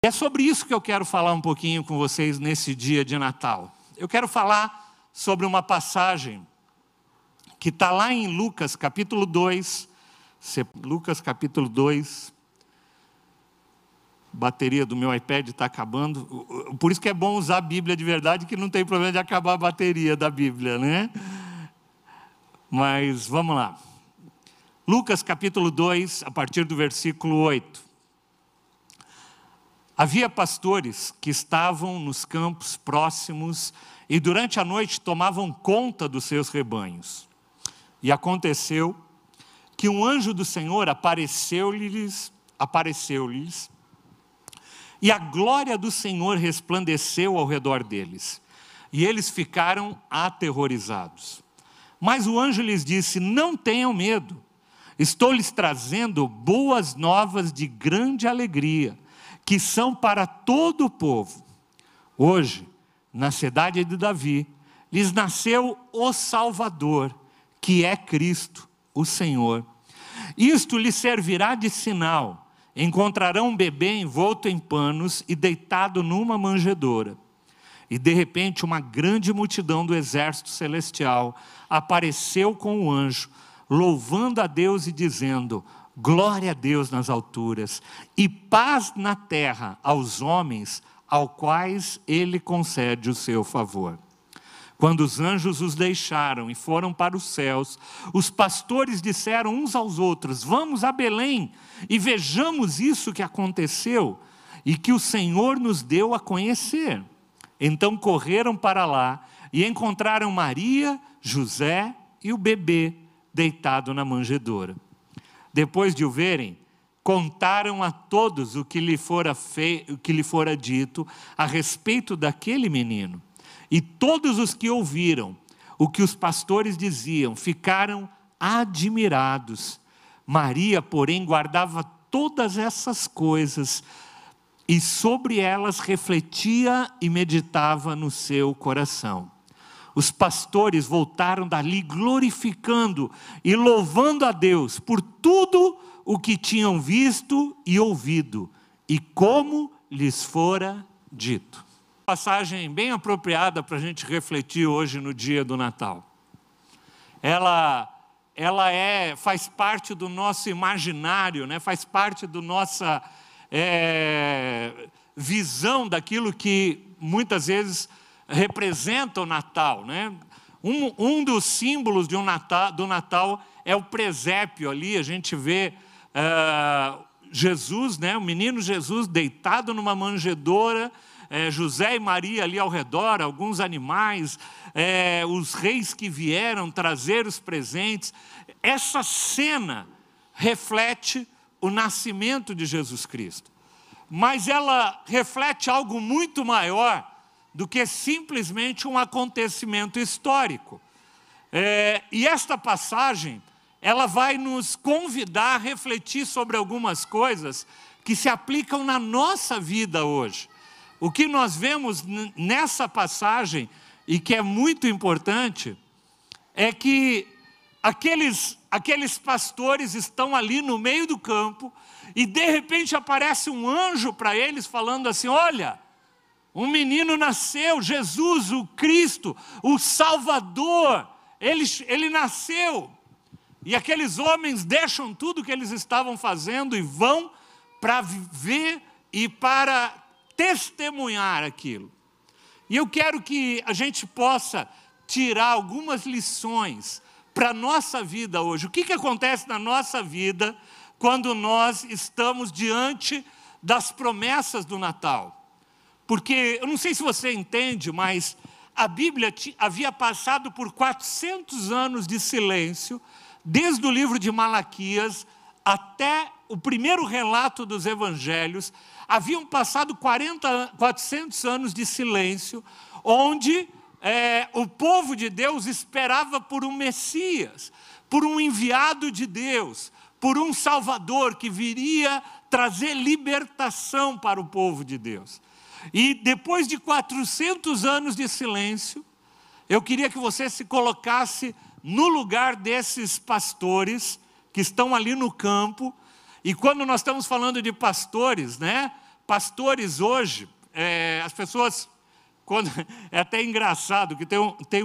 É sobre isso que eu quero falar um pouquinho com vocês nesse dia de Natal. Eu quero falar sobre uma passagem que está lá em Lucas capítulo 2. Lucas capítulo 2. A bateria do meu iPad está acabando. Por isso que é bom usar a Bíblia de verdade, que não tem problema de acabar a bateria da Bíblia, né? Mas vamos lá. Lucas capítulo 2, a partir do versículo 8. Havia pastores que estavam nos campos próximos e durante a noite tomavam conta dos seus rebanhos. E aconteceu que um anjo do Senhor apareceu-lhes, e a glória do Senhor resplandeceu ao redor deles. E eles ficaram aterrorizados. Mas o anjo lhes disse: não tenham medo, estou lhes trazendo boas novas de grande alegria, que são para todo o povo. Hoje, na cidade de Davi, lhes nasceu o Salvador, que é Cristo, o Senhor. Isto lhes servirá de sinal: encontrarão um bebê envolto em panos e deitado numa manjedoura. E de repente uma grande multidão do exército celestial apareceu com o anjo, louvando a Deus e dizendo: glória a Deus nas alturas, e paz na terra aos homens, aos quais Ele concede o seu favor. Quando os anjos os deixaram e foram para os céus, os pastores disseram uns aos outros: vamos a Belém e vejamos isso que aconteceu e que o Senhor nos deu a conhecer. Então correram para lá e encontraram Maria, José e o bebê deitado na manjedoura. Depois de o verem, contaram a todos o que lhe fora dito a respeito daquele menino. E todos os que ouviram o que os pastores diziam ficaram admirados. Maria, porém, guardava todas essas coisas e sobre elas refletia e meditava no seu coração. Os pastores voltaram dali glorificando e louvando a Deus por tudo o que tinham visto e ouvido, e como lhes fora dito. Passagem bem apropriada para a gente refletir hoje no dia do Natal. Ela faz parte do nosso imaginário, né? Faz parte da nossa visão daquilo que muitas vezes representa o Natal, né? Um dos símbolos do Natal é o presépio ali. A gente vê Jesus, né? O menino Jesus deitado numa manjedoura, José e Maria ali ao redor, alguns animais, os reis que vieram trazer os presentes. Essa cena reflete o nascimento de Jesus Cristo, mas ela reflete algo muito maior do que simplesmente um acontecimento histórico. E esta passagem, ela vai nos convidar a refletir sobre algumas coisas que se aplicam na nossa vida hoje. O que nós vemos nessa passagem, e que é muito importante, é que aqueles pastores estão ali no meio do campo, e de repente aparece um anjo para eles falando assim: olha, um menino nasceu, Jesus, o Cristo, o Salvador, ele nasceu. E aqueles homens deixam tudo que eles estavam fazendo e vão para ver e para testemunhar aquilo. E eu quero que a gente possa tirar algumas lições para a nossa vida hoje. O que acontece na nossa vida quando nós estamos diante das promessas do Natal? Porque, eu não sei se você entende, mas a Bíblia havia passado por 400 anos de silêncio, desde o livro de Malaquias até o primeiro relato dos evangelhos. Haviam passado 400 anos de silêncio, onde o povo de Deus esperava por um Messias, por um enviado de Deus, por um Salvador que viria trazer libertação para o povo de Deus. E depois de 400 anos de silêncio, eu queria que você se colocasse no lugar desses pastores que estão ali no campo. E quando nós estamos falando de pastores, né? pastores hoje, as pessoas, é até engraçado, que tem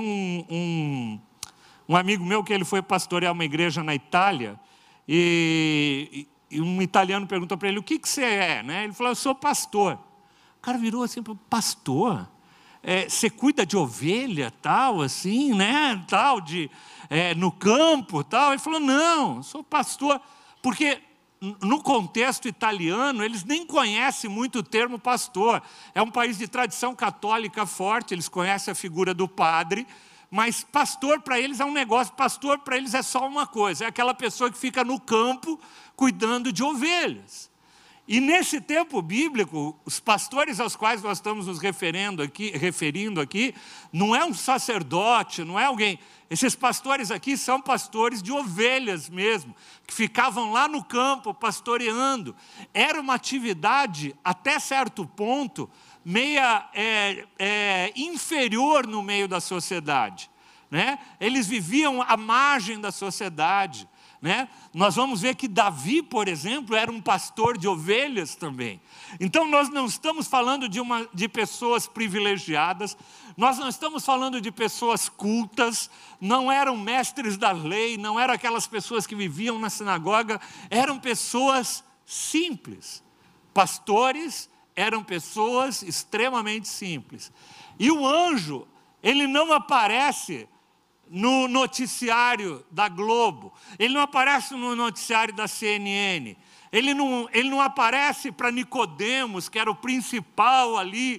um amigo meu que ele foi pastorear uma igreja na Itália, e um italiano perguntou para ele, o que você é? Né? Ele falou, eu sou pastor. O cara virou assim, pastor? Você cuida de ovelha, tal, assim, né? Tal, no campo, tal. Ele falou, não, sou pastor. Porque no contexto italiano, eles nem conhecem muito o termo pastor. É um país de tradição católica forte, eles conhecem a figura do padre, mas pastor para eles é um negócio, pastor para eles é só uma coisa, é aquela pessoa que fica no campo cuidando de ovelhas. E nesse tempo bíblico, os pastores aos quais nós estamos nos referindo aqui, não é um sacerdote, não é alguém. Esses pastores aqui são pastores de ovelhas mesmo, que ficavam lá no campo pastoreando. Era uma atividade, até certo ponto, meia inferior no meio da sociedade, né? Eles viviam à margem da sociedade, né? Nós vamos ver que Davi, por exemplo, era um pastor de ovelhas também. Então nós não estamos falando de pessoas privilegiadas, nós não estamos falando de pessoas cultas, não eram mestres da lei, não eram aquelas pessoas que viviam na sinagoga, eram pessoas simples. Pastores eram pessoas extremamente simples. E o anjo, ele não aparece no noticiário da Globo, ele não aparece no noticiário da CNN, ele não aparece para Nicodemos, que era o principal ali,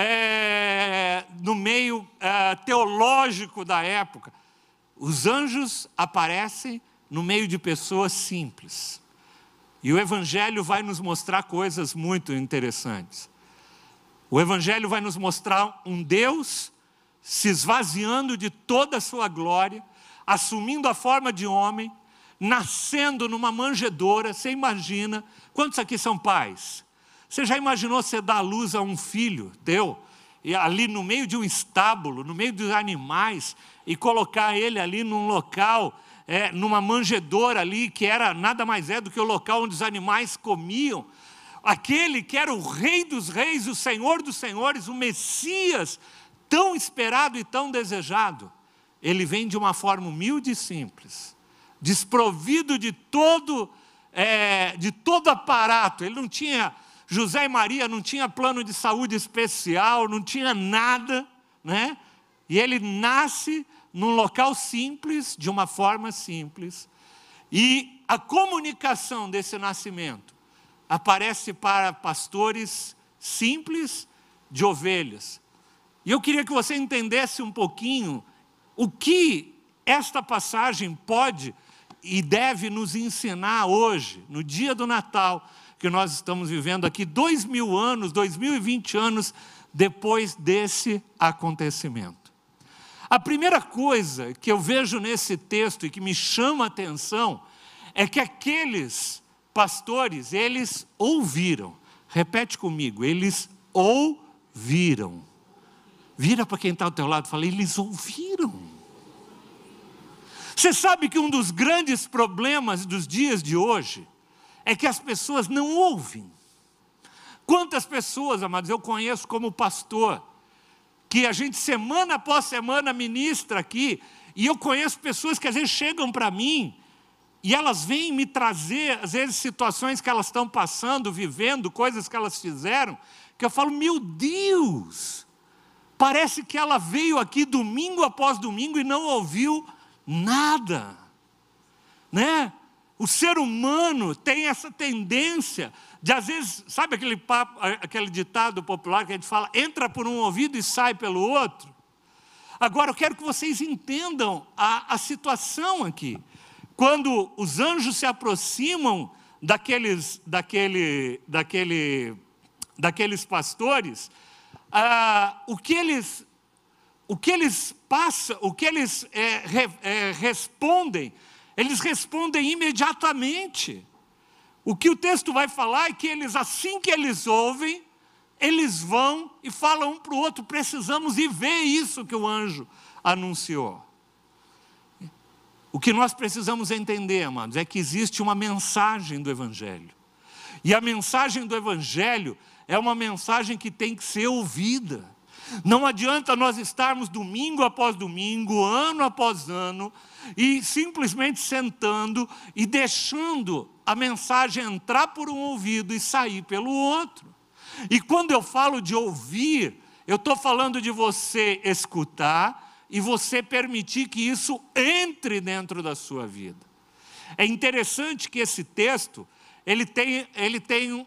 no meio teológico da época. Os anjos aparecem no meio de pessoas simples. E o Evangelho vai nos mostrar coisas muito interessantes. O Evangelho vai nos mostrar um Deus se esvaziando de toda a sua glória, assumindo a forma de homem, nascendo numa manjedoura. Você imagina, quantos aqui são pais? Você já imaginou você dar à luz a um filho teu, e ali no meio de um estábulo, no meio dos animais, e colocar ele ali num local, numa manjedoura ali, que era nada mais do que o local onde os animais comiam? Aquele que era o Rei dos Reis, o Senhor dos Senhores, o Messias, tão esperado e tão desejado, ele vem de uma forma humilde e simples, desprovido de todo aparato. Ele não tinha, José e Maria não tinha plano de saúde especial, não tinha nada, né? E ele nasce num local simples, de uma forma simples, e a comunicação desse nascimento aparece para pastores simples de ovelhas. E eu queria que você entendesse um pouquinho o que esta passagem pode e deve nos ensinar hoje, no dia do Natal, que nós estamos vivendo aqui 2000 anos, 2020 anos depois desse acontecimento. A primeira coisa que eu vejo nesse texto e que me chama a atenção é que aqueles pastores, eles ouviram. Repete comigo, eles ouviram. Vira para quem está ao teu lado e fala, eles ouviram. Você sabe que um dos grandes problemas dos dias de hoje é que as pessoas não ouvem. Quantas pessoas, amados, eu conheço como pastor, que a gente semana após semana ministra aqui, e eu conheço pessoas que às vezes chegam para mim, e elas vêm me trazer, às vezes, situações que elas estão passando, vivendo, coisas que elas fizeram, que eu falo, meu Deus, parece que ela veio aqui domingo após domingo e não ouviu nada, né? O ser humano tem essa tendência de, às vezes, sabe aquele ditado popular que a gente fala, entra por um ouvido e sai pelo outro? Agora eu quero que vocês entendam a situação aqui. Quando os anjos se aproximam daqueles pastores, o que eles respondem, eles respondem imediatamente. O que o texto vai falar é que eles, assim que eles ouvem, eles vão e falam um para o outro, precisamos ir ver isso que o anjo anunciou. O que nós precisamos entender, amados, é que existe uma mensagem do Evangelho. E a mensagem do Evangelho, é uma mensagem que tem que ser ouvida. Não adianta nós estarmos domingo após domingo, ano após ano, e simplesmente sentando e deixando a mensagem entrar por um ouvido e sair pelo outro. E quando eu falo de ouvir, eu estou falando de você escutar e você permitir que isso entre dentro da sua vida. É interessante que esse texto, ele tem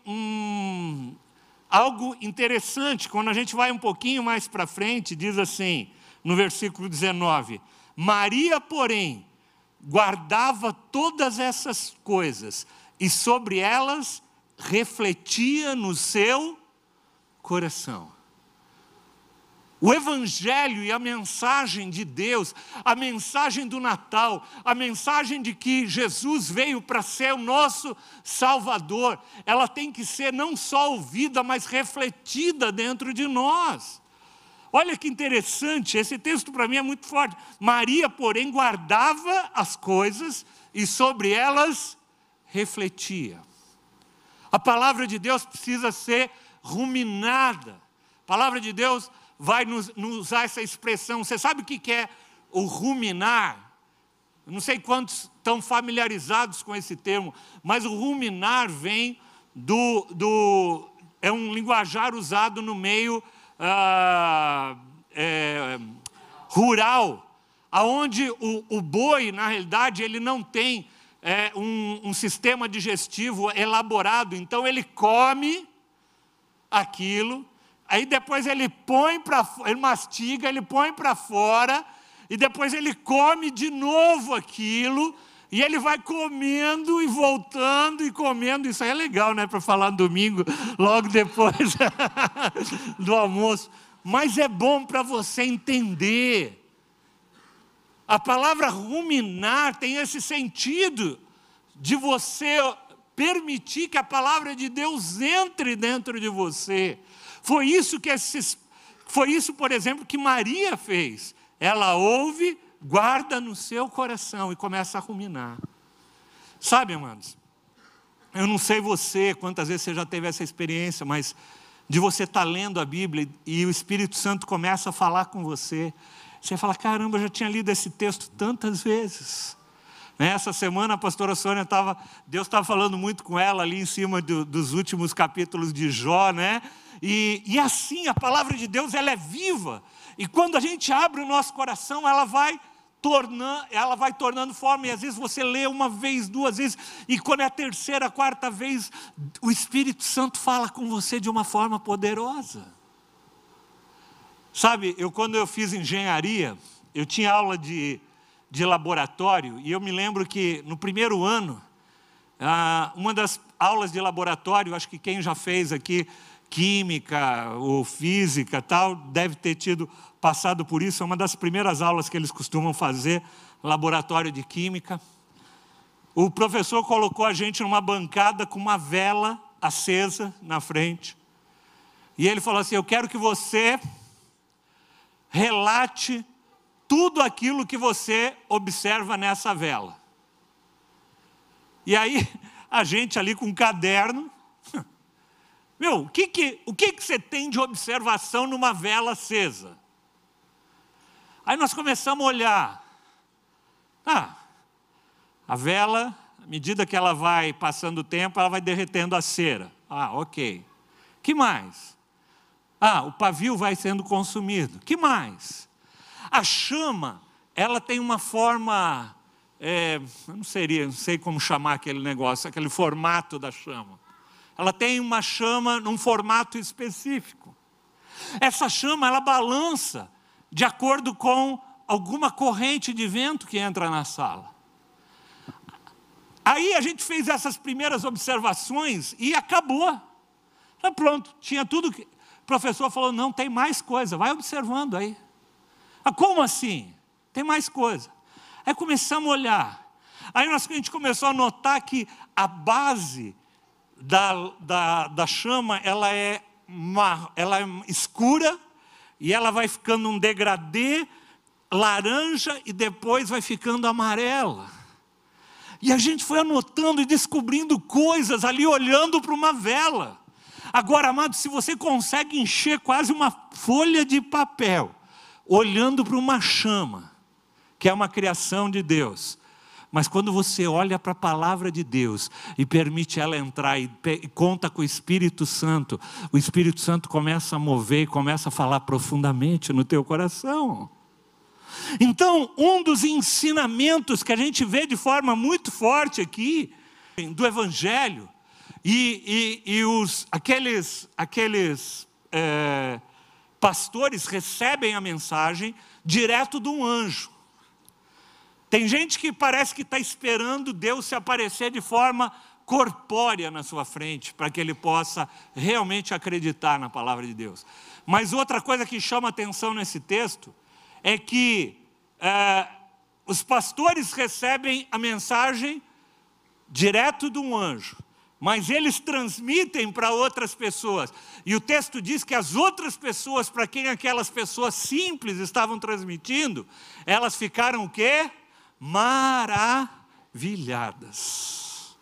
algo interessante. Quando a gente vai um pouquinho mais para frente, diz assim, no versículo 19, Maria, porém, guardava todas essas coisas e sobre elas refletia no seu coração. O Evangelho e a mensagem de Deus, a mensagem do Natal, a mensagem de que Jesus veio para ser o nosso Salvador, ela tem que ser não só ouvida, mas refletida dentro de nós. Olha que interessante, esse texto para mim é muito forte. Maria, porém, guardava as coisas e sobre elas refletia. A palavra de Deus precisa ser ruminada. A palavra de Deus vai nos usar essa expressão. Você sabe o que é o ruminar? Eu não sei quantos estão familiarizados com esse termo, mas o ruminar vem é um linguajar usado no meio rural, aonde o boi, na realidade, ele não tem um sistema digestivo elaborado, então ele come aquilo, aí depois ele mastiga, ele põe para fora, e depois ele come de novo aquilo, e ele vai comendo e voltando e comendo. Isso aí é legal, né, para falar no domingo, logo depois do almoço. Mas é bom para você entender. A palavra ruminar tem esse sentido de você permitir que a palavra de Deus entre dentro de você. Foi isso, por exemplo, que Maria fez. Ela ouve, guarda no seu coração e começa a ruminar. Sabe, amados, eu não sei você, quantas vezes você já teve essa experiência, mas de você estar lendo a Bíblia e o Espírito Santo começa a falar com você. Você fala, caramba, eu já tinha lido esse texto tantas vezes. Essa semana a pastora Sônia Deus estava falando muito com ela ali em cima dos últimos capítulos de Jó, né? E assim, a palavra de Deus, ela é viva. E quando a gente abre o nosso coração, ela vai tornando forma. E às vezes você lê uma vez, duas vezes, e quando é a terceira, a quarta vez, o Espírito Santo fala com você de uma forma poderosa. Sabe, quando eu fiz engenharia, eu tinha aula de laboratório, e eu me lembro que no primeiro ano, uma das aulas de laboratório, acho que quem já fez aqui, química ou física, tal, deve ter passado por isso. É uma das primeiras aulas que eles costumam fazer, laboratório de química. O professor colocou a gente numa bancada com uma vela acesa na frente. E ele falou assim, eu quero que você relate tudo aquilo que você observa nessa vela. E aí, a gente ali com um caderno, o que você tem de observação numa vela acesa? Aí nós começamos a olhar. A vela, à medida que ela vai passando o tempo, ela vai derretendo a cera. Ok. Que mais? O pavio vai sendo consumido. Que mais? A chama, ela tem uma forma, eu não sei como chamar aquele negócio, aquele formato da chama. Ela tem uma chama num formato específico. Essa chama, ela balança de acordo com alguma corrente de vento que entra na sala. Aí a gente fez essas primeiras observações e acabou. Pronto, tinha tudo que... O professor falou, não, tem mais coisa, vai observando aí. Como assim? Tem mais coisa. Aí começamos a olhar. Aí a gente começou a notar que a base da chama, ela é escura, e ela vai ficando um degradê laranja, e depois vai ficando amarela. E a gente foi anotando e descobrindo coisas ali, olhando para uma vela. Agora, amado, se você consegue encher quase uma folha de papel, olhando para uma chama, que é uma criação de Deus, mas quando você olha para a palavra de Deus e permite ela entrar e conta com o Espírito Santo começa a mover e começa a falar profundamente no teu coração. Então, um dos ensinamentos que a gente vê de forma muito forte aqui, do Evangelho, aqueles pastores recebem a mensagem direto de um anjo. Tem gente que parece que está esperando Deus se aparecer de forma corpórea na sua frente, para que ele possa realmente acreditar na palavra de Deus. Mas outra coisa que chama atenção nesse texto é que os pastores recebem a mensagem direto de um anjo, mas eles transmitem para outras pessoas. E o texto diz que as outras pessoas, para quem aquelas pessoas simples estavam transmitindo, elas ficaram o quê? Maravilhadas.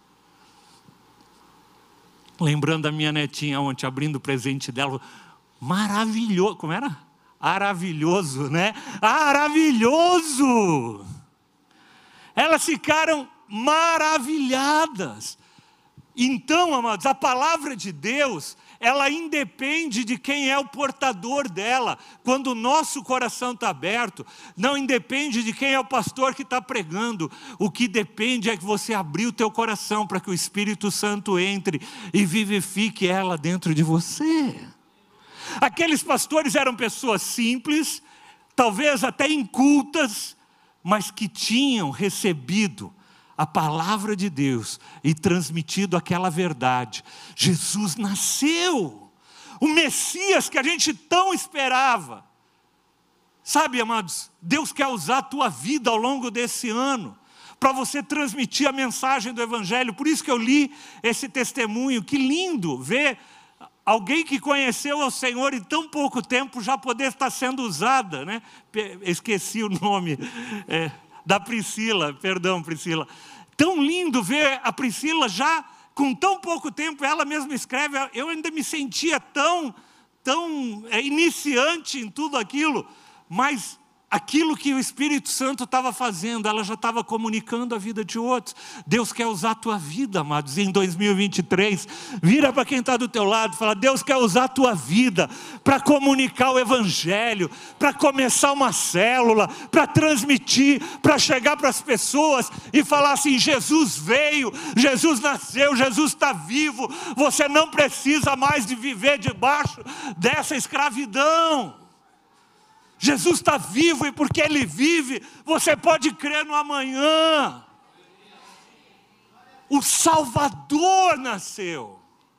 Lembrando da minha netinha ontem, abrindo o presente dela, maravilhoso, como era? Maravilhoso, né? Maravilhoso! Elas ficaram maravilhadas. Então, amados, a palavra de Deus, ela independe de quem é o portador dela. Quando o nosso coração está aberto, não independe de quem é o pastor que está pregando. O que depende é que você abrir o teu coração para que o Espírito Santo entre e vivifique ela dentro de você. Aqueles pastores eram pessoas simples, talvez até incultas, mas que tinham recebido a palavra de Deus e transmitido aquela verdade. Jesus nasceu, o Messias que a gente tão esperava. Sabe, amados, Deus quer usar a tua vida ao longo desse ano, para você transmitir a mensagem do Evangelho. Por isso que eu li esse testemunho. Que lindo ver alguém que conheceu ao Senhor em tão pouco tempo já poder estar sendo usada, né? Esqueci o nome da Priscila, perdão, Priscila. Tão lindo ver a Priscila já com tão pouco tempo, ela mesma escreve, eu ainda me sentia tão iniciante em tudo aquilo, mas aquilo que o Espírito Santo estava fazendo, ela já estava comunicando a vida de outros. Deus quer usar a tua vida, amados, em 2023. Vira para quem está do teu lado e fala: Deus quer usar a tua vida para comunicar o Evangelho, para começar uma célula, para transmitir, para chegar para as pessoas e falar assim: Jesus veio, Jesus nasceu, Jesus está vivo. Você não precisa mais de viver debaixo dessa escravidão. Jesus está vivo, e porque Ele vive, você pode crer no amanhã. O Salvador nasceu.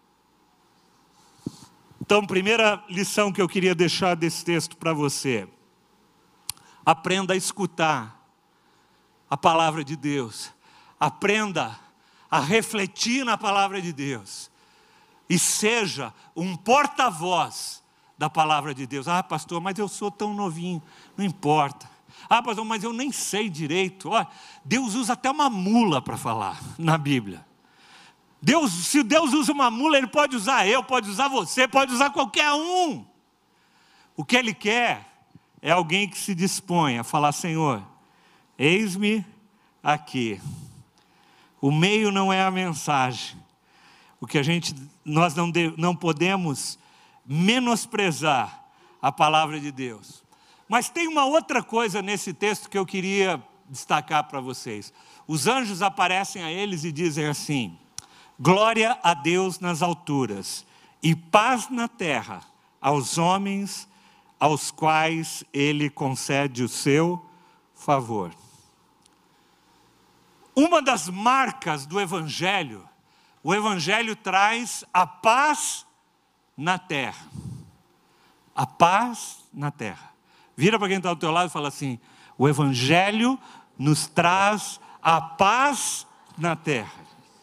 Então, primeira lição que eu queria deixar desse texto para você: aprenda a escutar a palavra de Deus. Aprenda a refletir na palavra de Deus. E seja um porta-voz da palavra de Deus. Ah, pastor, mas eu sou tão novinho. Não importa. Ah, pastor, mas eu nem sei direito. Olha, Deus usa até uma mula para falar na Bíblia. Se Deus usa uma mula, Ele pode usar eu, pode usar você, pode usar qualquer um. O que Ele quer é alguém que se dispõe a falar: Senhor, eis-me aqui. O meio não é a mensagem. Nós não podemos menosprezar a palavra de Deus. Mas tem uma outra coisa nesse texto que eu queria destacar para vocês. Os anjos aparecem a eles e dizem assim: glória a Deus nas alturas e paz na terra aos homens aos quais Ele concede o seu favor. Uma das marcas do Evangelho, o Evangelho traz a paz na terra. A paz na terra. Vira para quem está do teu lado e fala assim: o Evangelho nos traz a paz na terra.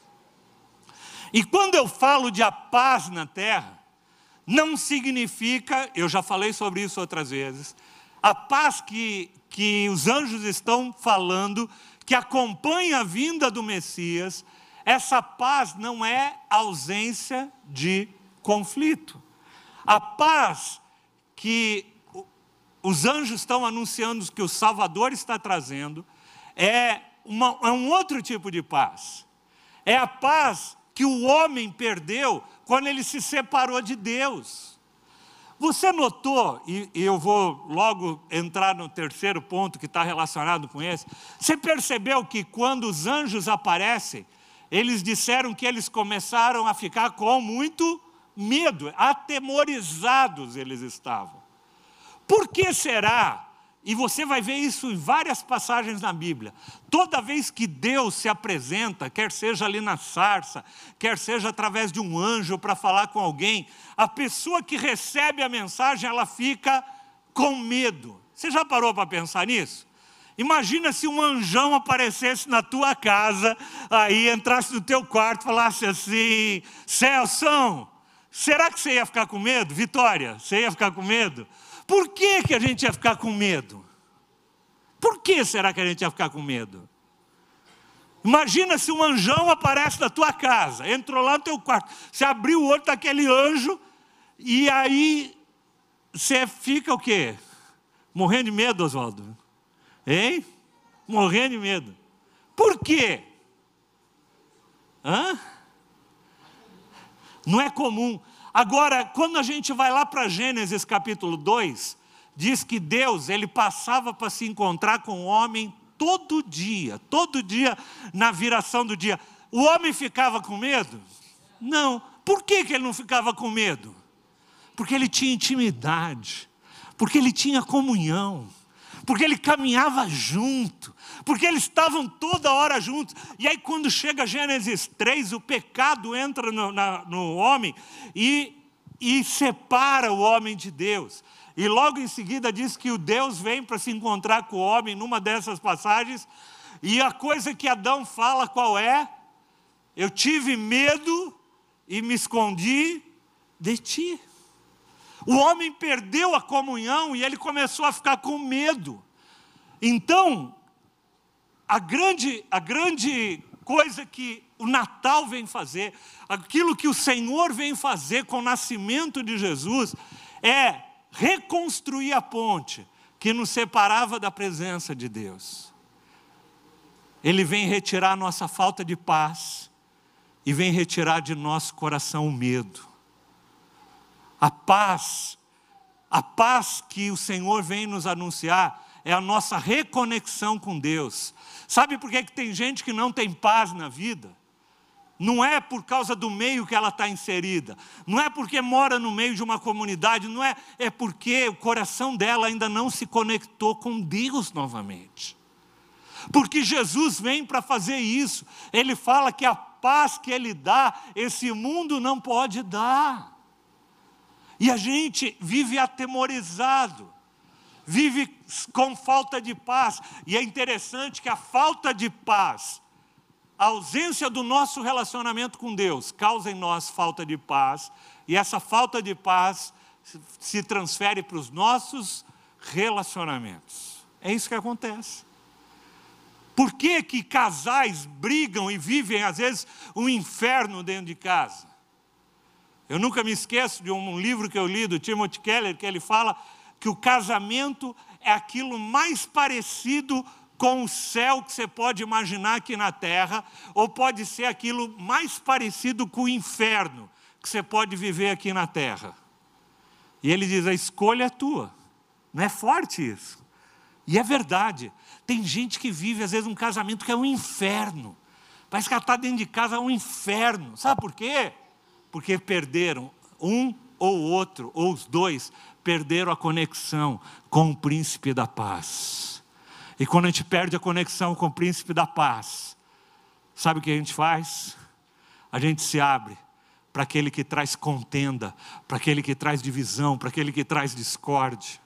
E quando eu falo de a paz na terra, não significa, eu já falei sobre isso outras vezes, a paz que os anjos estão falando, que acompanha a vinda do Messias. Essa paz não é ausência de conflito. A paz que os anjos estão anunciando que o Salvador está trazendo é um outro tipo de paz. É a paz que o homem perdeu quando ele se separou de Deus. Você notou, e eu vou logo entrar no terceiro ponto que está relacionado com esse, você percebeu que quando os anjos aparecem, eles disseram que eles começaram a ficar com muito medo, atemorizados eles estavam. Por que será? E você vai ver isso em várias passagens na Bíblia. Toda vez que Deus se apresenta, quer seja ali na sarça, quer seja através de um anjo para falar com alguém, a pessoa que recebe a mensagem, ela fica com medo. Você já parou para pensar nisso? Imagina se um anjão aparecesse na tua casa, aí entrasse no teu quarto e falasse assim: Celso, será que você ia ficar com medo? Vitória, você ia ficar com medo? Por que a gente ia ficar com medo? Por que será que a gente ia ficar com medo? Imagina se um anjão aparece na tua casa, entrou lá no teu quarto, você abriu o olho daquele anjo, e aí você fica o quê? Morrendo de medo, Oswaldo? Hein? Morrendo de medo. Por quê? Não é comum. Agora, quando a gente vai lá para Gênesis capítulo 2, diz que Deus, ele passava para se encontrar com o homem todo dia na viração do dia. O homem ficava com medo? Não. Por que ele não ficava com medo? Porque ele tinha intimidade, porque ele tinha comunhão, porque ele caminhava junto, porque eles estavam toda hora juntos. E aí quando chega Gênesis 3, o pecado entra no homem e separa o homem de Deus. E logo em seguida diz que o Deus vem para se encontrar com o homem numa dessas passagens, e a coisa que Adão fala qual é? Eu tive medo e me escondi de ti. O homem perdeu a comunhão e ele começou a ficar com medo. Então, a grande coisa que o Natal vem fazer, aquilo que o Senhor vem fazer com o nascimento de Jesus, é reconstruir a ponte que nos separava da presença de Deus. Ele vem retirar a nossa falta de paz e vem retirar de nosso coração o medo. A paz que o Senhor vem nos anunciar é a nossa reconexão com Deus. Sabe por que tem gente que não tem paz na vida? Não é por causa do meio que ela está inserida, não é porque mora no meio de uma comunidade, não é, é porque o coração dela ainda não se conectou com Deus novamente. Porque Jesus vem para fazer isso. Ele fala que a paz que Ele dá, esse mundo não pode dar. E a gente vive atemorizado, vive com falta de paz. E é interessante que a falta de paz, a ausência do nosso relacionamento com Deus, causa em nós falta de paz. E essa falta de paz se transfere para os nossos relacionamentos. É isso que acontece. Por que que casais brigam e vivem, às vezes, um inferno dentro de casa? Eu nunca me esqueço de um livro que eu li do Timothy Keller, que ele fala que o casamento é aquilo mais parecido com o céu que você pode imaginar aqui na terra, ou pode ser aquilo mais parecido com o inferno que você pode viver aqui na terra. E ele diz, a escolha é tua. Não é forte isso? E é verdade. Tem gente que vive, às vezes, um casamento que é um inferno. Parece que ela está dentro de casa, é um inferno. Sabe por quê? Porque perderam um ou outro, ou os dois, perderam a conexão com o príncipe da paz. E quando a gente perde a conexão com o príncipe da paz, sabe o que a gente faz? A gente se abre para aquele que traz contenda, para aquele que traz divisão, para aquele que traz discórdia.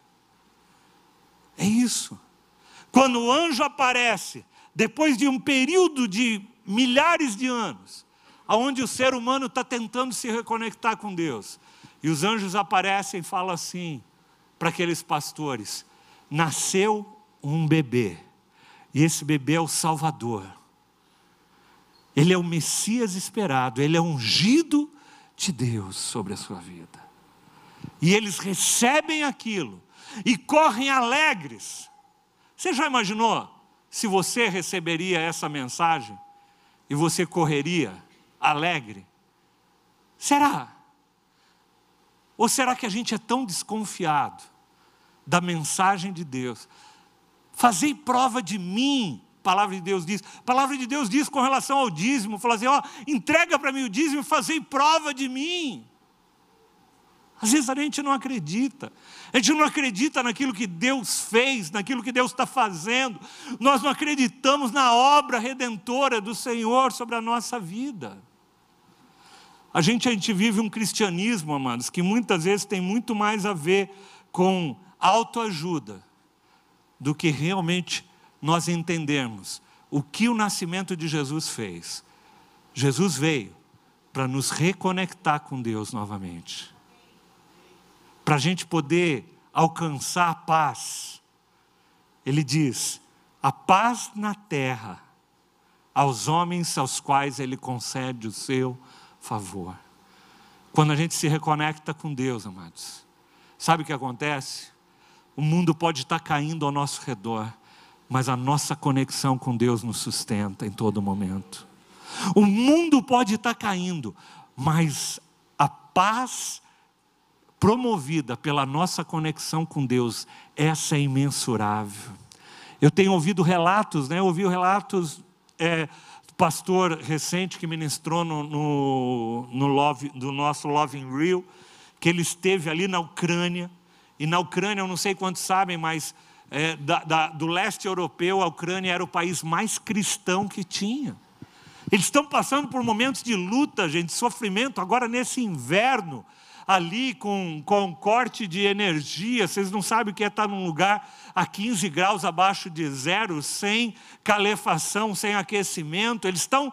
É isso. Quando o anjo aparece, depois de um período de milhares de anos, onde o ser humano está tentando se reconectar com Deus, e os anjos aparecem e falam assim, para aqueles pastores, nasceu um bebê, e esse bebê é o Salvador. Ele é o Messias esperado, ele é ungido de Deus sobre a sua vida. E eles recebem aquilo e correm alegres. Você já imaginou se você receberia essa mensagem e você correria alegre? Será? Ou será que a gente é tão desconfiado da mensagem de Deus? Fazei prova de mim, a palavra de Deus diz. A palavra de Deus diz com relação ao dízimo, fala assim, ó, entrega para mim o dízimo e fazei prova de mim. Às vezes a gente não acredita. A gente não acredita naquilo que Deus fez, naquilo que Deus está fazendo. Nós não acreditamos na obra redentora do Senhor sobre a nossa vida. A gente vive um cristianismo, amados, que muitas vezes tem muito mais a ver com autoajuda do que realmente nós entendermos o que o nascimento de Jesus fez. Jesus veio para nos reconectar com Deus novamente. Para a gente poder alcançar a paz. Ele diz, a paz na terra, aos homens aos quais Ele concede o seu favor. Quando a gente se reconecta com Deus, amados, sabe o que acontece? O mundo pode estar caindo ao nosso redor, mas a nossa conexão com Deus nos sustenta em todo momento. O mundo pode estar caindo, mas a paz promovida pela nossa conexão com Deus, essa é imensurável. Eu tenho ouvido relatos, eu ouvi relatos do pastor recente que ministrou no nosso Love in Rio, que ele esteve ali na Ucrânia, e na Ucrânia, eu não sei quantos sabem, mas do leste europeu, a Ucrânia era o país mais cristão que tinha. Eles estão passando por momentos de luta, gente, sofrimento, agora nesse inverno, ali com corte de energia. Vocês não sabem o que é estar num lugar a 15 graus abaixo de zero, sem calefação, sem aquecimento.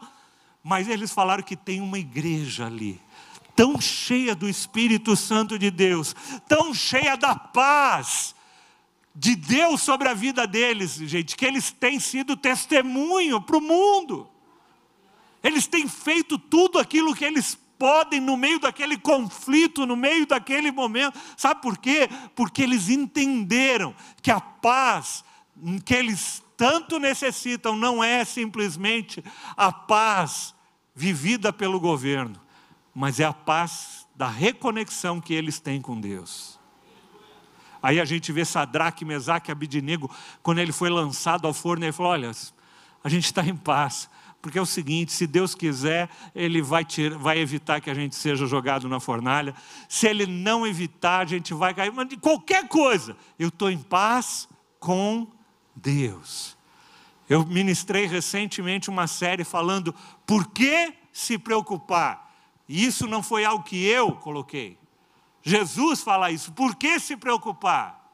Mas eles falaram que tem uma igreja ali, tão cheia do Espírito Santo de Deus, tão cheia da paz de Deus sobre a vida deles, gente, que eles têm sido testemunho para o mundo. Eles têm feito tudo aquilo que eles podem no meio daquele conflito, no meio daquele momento. Sabe por quê? Porque eles entenderam que a paz que eles tanto necessitam não é simplesmente a paz vivida pelo governo, mas é a paz da reconexão que eles têm com Deus. Aí a gente vê Sadraque, Mesaque e Abidnego, quando ele foi lançado ao forno, ele falou, olha, a gente está em paz. Porque é o seguinte, se Deus quiser, Ele vai evitar que a gente seja jogado na fornalha. Se Ele não evitar, a gente vai cair. Mas de qualquer coisa, eu estou em paz com Deus. Eu ministrei recentemente uma série falando por que se preocupar. E isso não foi algo que eu coloquei. Jesus fala isso. Por que se preocupar?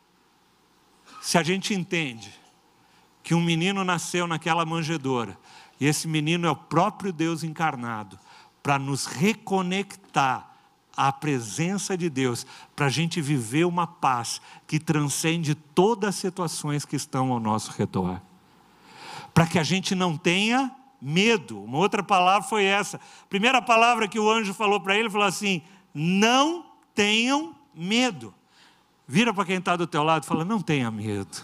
Se a gente entende que um menino nasceu naquela manjedoura, e esse menino é o próprio Deus encarnado, para nos reconectar à presença de Deus, para a gente viver uma paz que transcende todas as situações que estão ao nosso redor. Para que a gente não tenha medo. Uma outra palavra foi essa. A primeira palavra que o anjo falou para ele, falou assim, não tenham medo. Vira para quem está do teu lado e fala, não tenha medo.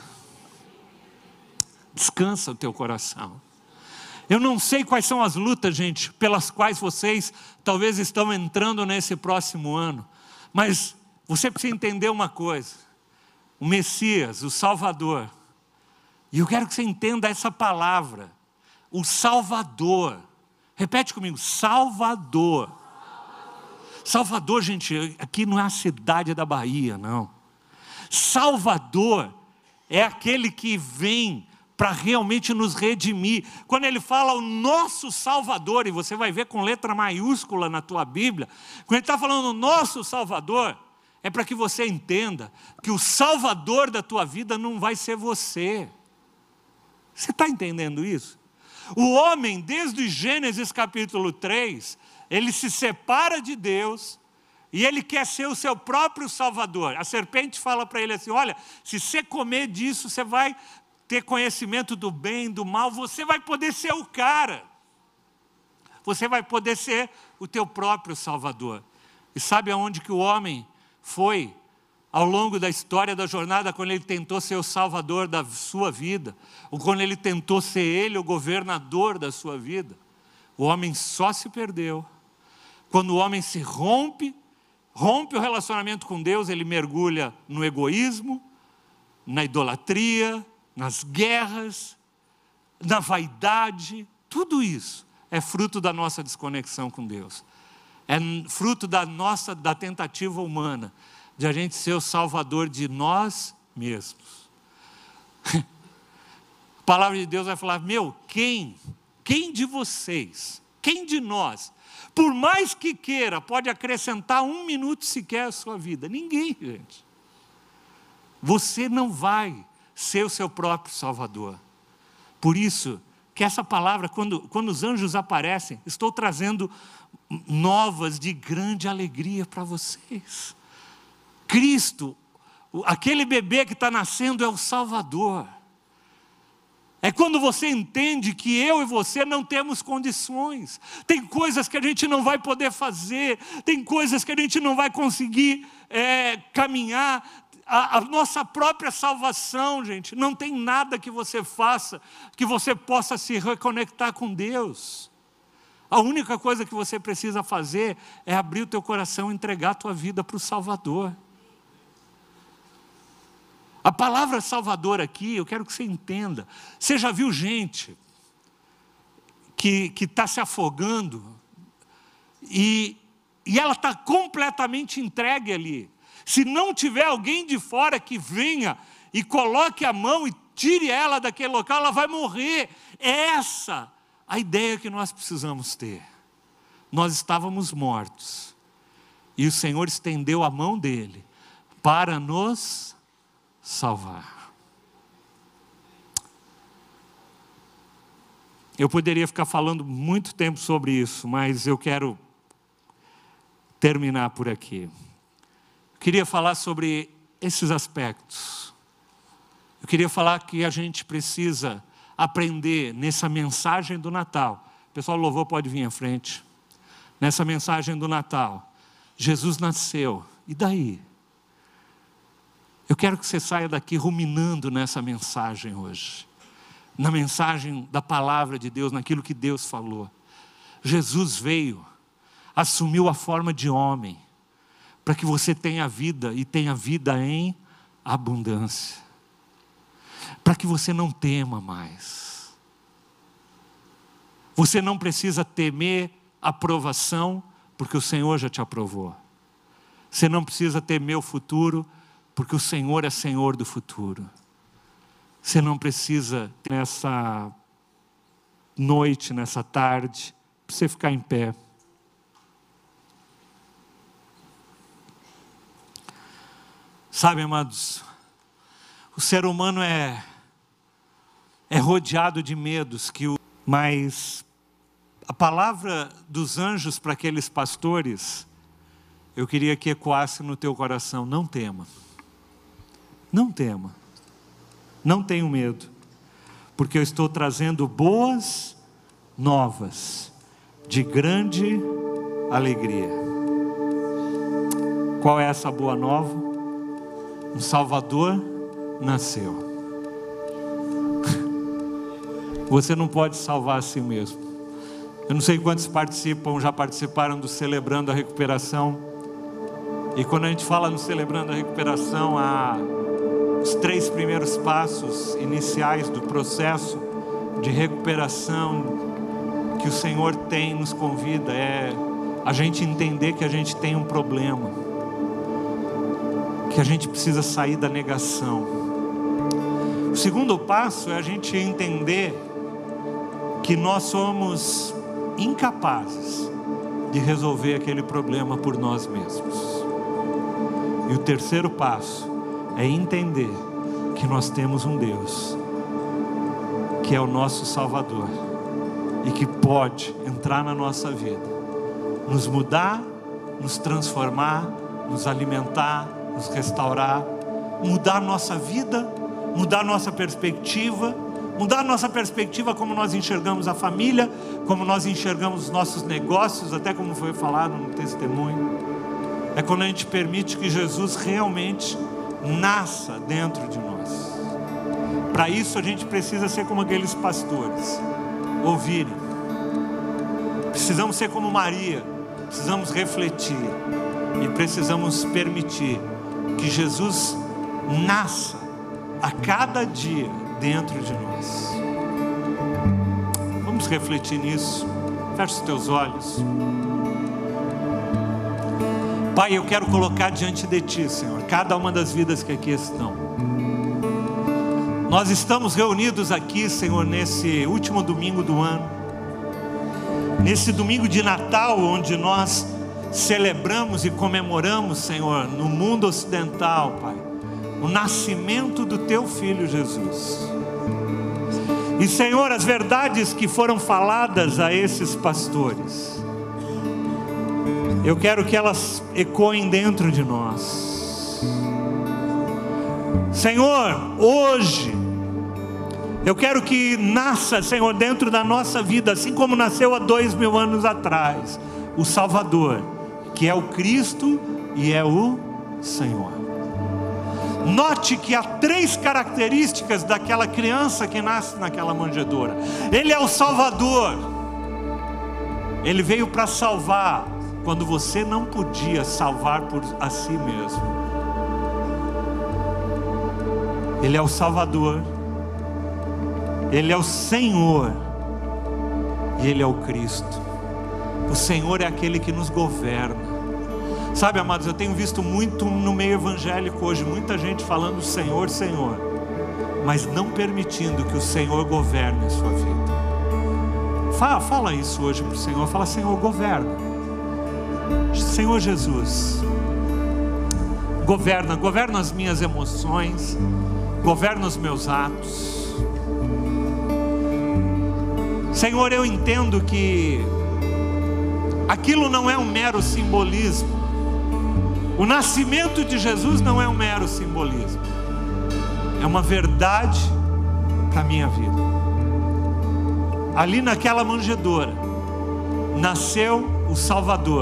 Descansa o teu coração. Eu não sei quais são as lutas, gente, pelas quais vocês talvez estão entrando nesse próximo ano. Mas você precisa entender uma coisa. O Messias, o Salvador. E eu quero que você entenda essa palavra. O Salvador. Repete comigo, Salvador. Salvador, gente, aqui não é a cidade da Bahia, não. Salvador é aquele que vem para realmente nos redimir. Quando ele fala o nosso Salvador, e você vai ver com letra maiúscula na tua Bíblia, quando ele está falando o nosso Salvador, é para que você entenda que o Salvador da tua vida não vai ser você. Você está entendendo isso? O homem, desde Gênesis capítulo 3, ele se separa de Deus, e ele quer ser o seu próprio Salvador. A serpente fala para ele assim, olha, se você comer disso, você vai ter conhecimento do bem, do mal, você vai poder ser o cara. você vai poder ser o teu próprio Salvador. E sabe aonde que o homem foi ao longo da história da jornada, quando ele tentou ser o Salvador da sua vida, ou quando ele tentou ser ele o governador da sua vida? O homem só se perdeu. Quando o homem se rompe o relacionamento com Deus, ele mergulha no egoísmo, na idolatria, nas guerras, na vaidade. Tudo isso é fruto da nossa desconexão com Deus. É fruto da tentativa humana de a gente ser o salvador de nós mesmos. A palavra de Deus vai falar, quem de vocês, quem de nós, por mais que queira, pode acrescentar 1 minuto sequer à sua vida? Ninguém, gente. Você não vai ser o seu próprio Salvador. Por isso, que essa palavra, quando os anjos aparecem, estou trazendo novas de grande alegria para vocês. Cristo, aquele bebê que está nascendo é o Salvador. É quando você entende que eu e você não temos condições. Tem coisas que a gente não vai poder fazer, tem coisas que a gente não vai conseguir caminhar. A nossa própria salvação, gente, não tem nada que você faça que você possa se reconectar com Deus. A única coisa que você precisa fazer é abrir o teu coração e entregar a tua vida para o Salvador. A palavra Salvador aqui, eu quero que você entenda. Você já viu gente que está se afogando e ela está completamente entregue ali. Se não tiver alguém de fora que venha e coloque a mão e tire ela daquele local, ela vai morrer. É essa a ideia que nós precisamos ter. Nós estávamos mortos e o Senhor estendeu a mão dele para nos salvar. Eu poderia ficar falando muito tempo sobre isso, mas eu quero terminar por aqui. Eu queria falar sobre esses aspectos. Eu queria falar que a gente precisa aprender nessa mensagem do Natal. O pessoal do louvor pode vir à frente. Nessa mensagem do Natal, Jesus nasceu. E daí? Eu quero que você saia daqui ruminando nessa mensagem hoje. Na mensagem da palavra de Deus, naquilo que Deus falou. Jesus veio, assumiu a forma de homem, para que você tenha vida e tenha vida em abundância. Para que você não tema mais. Você não precisa temer aprovação, porque o Senhor já te aprovou. Você não precisa temer o futuro, porque o Senhor é Senhor do futuro. Você não precisa, nessa noite, nessa tarde, para você ficar em pé. Sabe, amados, o ser humano é rodeado de medos, mas a palavra dos anjos para aqueles pastores, eu queria que ecoasse no teu coração: não tema, não tema, não tenha medo, porque eu estou trazendo boas novas de grande alegria. Qual é essa boa nova? Um Salvador nasceu. Você não pode salvar a si mesmo. Eu não sei quantos já participaram do Celebrando a Recuperação. E quando a gente fala no Celebrando a Recuperação, há os 3 primeiros passos iniciais do processo de recuperação que o Senhor nos convida. É a gente entender que a gente tem um problema, que a gente precisa sair da negação. O segundo passo é a gente entender que nós somos incapazes de resolver aquele problema por nós mesmos. E o terceiro passo é entender que nós temos um Deus que é o nosso Salvador e que pode entrar na nossa vida, nos mudar, nos transformar, nos alimentar, nos restaurar, mudar nossa vida, mudar nossa perspectiva, mudar a nossa perspectiva, como nós enxergamos a família, como nós enxergamos os nossos negócios, até como foi falado no testemunho. É quando a gente permite que Jesus realmente nasça dentro de nós. Para isso a gente precisa ser como aqueles pastores, ouvirem. Precisamos ser como Maria, precisamos refletir e precisamos permitir que Jesus nasça a cada dia dentro de nós. Vamos refletir nisso. Feche os teus olhos. Pai, eu quero colocar diante de Ti, Senhor, cada uma das vidas que aqui estão. Nós estamos reunidos aqui, Senhor, nesse último domingo do ano, nesse domingo de Natal, onde nós celebramos e comemoramos, Senhor, no mundo ocidental, Pai, o nascimento do Teu Filho Jesus. E, Senhor, as verdades que foram faladas a esses pastores, eu quero que elas ecoem dentro de nós. Senhor, hoje, eu quero que nasça, Senhor, dentro da nossa vida, assim como nasceu há 2000 anos atrás, o Salvador, que é o Cristo e é o Senhor. Note que há 3 características daquela criança que nasce naquela manjedoura. Ele é o Salvador. Ele veio para salvar quando você não podia salvar por a si mesmo. Ele é o Salvador. Ele é o Senhor. E Ele é o Cristo. O Senhor é aquele que nos governa. Sabe, amados, eu tenho visto muito no meio evangélico hoje, muita gente falando Senhor, Senhor, mas não permitindo que o Senhor governe a sua vida. Fala isso hoje para o Senhor. Fala: Senhor, governa. Senhor Jesus, governa as minhas emoções, governa os meus atos. Senhor, eu entendo que aquilo não é um mero simbolismo. O nascimento de Jesus não é um mero simbolismo, é uma verdade para a minha vida. Ali naquela manjedoura nasceu o Salvador,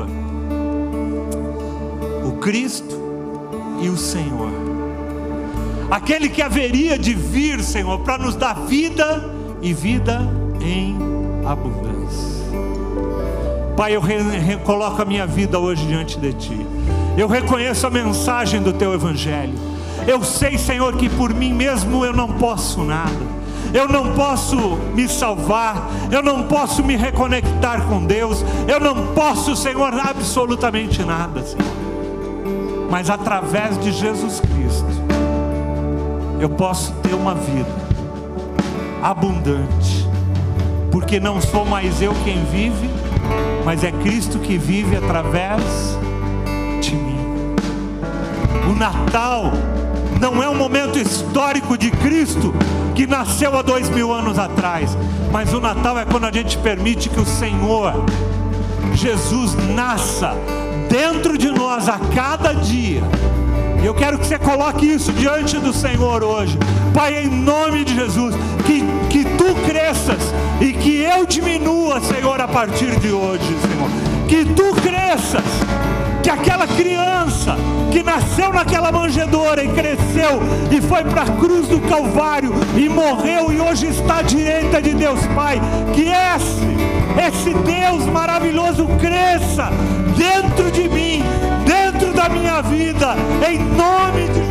o Cristo e o Senhor, aquele que haveria de vir, Senhor, para nos dar vida e vida em abundância. Pai, eu recoloco a minha vida hoje diante de Ti. Eu reconheço a mensagem do Teu Evangelho. Eu sei, Senhor, que por mim mesmo eu não posso nada. Eu não posso me salvar. Eu não posso me reconectar com Deus. Eu não posso, Senhor, absolutamente nada, Senhor. Mas através de Jesus Cristo, eu posso ter uma vida abundante. Porque não sou mais eu quem vive, mas é Cristo que vive através de mim. O Natal não é um momento histórico de Cristo que nasceu há 2000 anos atrás, mas o Natal é quando a gente permite que o Senhor Jesus nasça dentro de nós a cada dia. Eu quero que você coloque isso diante do Senhor hoje. Pai, em nome de Jesus, que Tu cresças e que eu diminua, Senhor, a partir de hoje, Senhor. Que Tu cresças, que aquela criança que nasceu naquela manjedoura e cresceu e foi para a cruz do Calvário e morreu e hoje está à direita de Deus Pai, que esse Deus maravilhoso cresça dentro de mim, dentro da minha vida, em nome de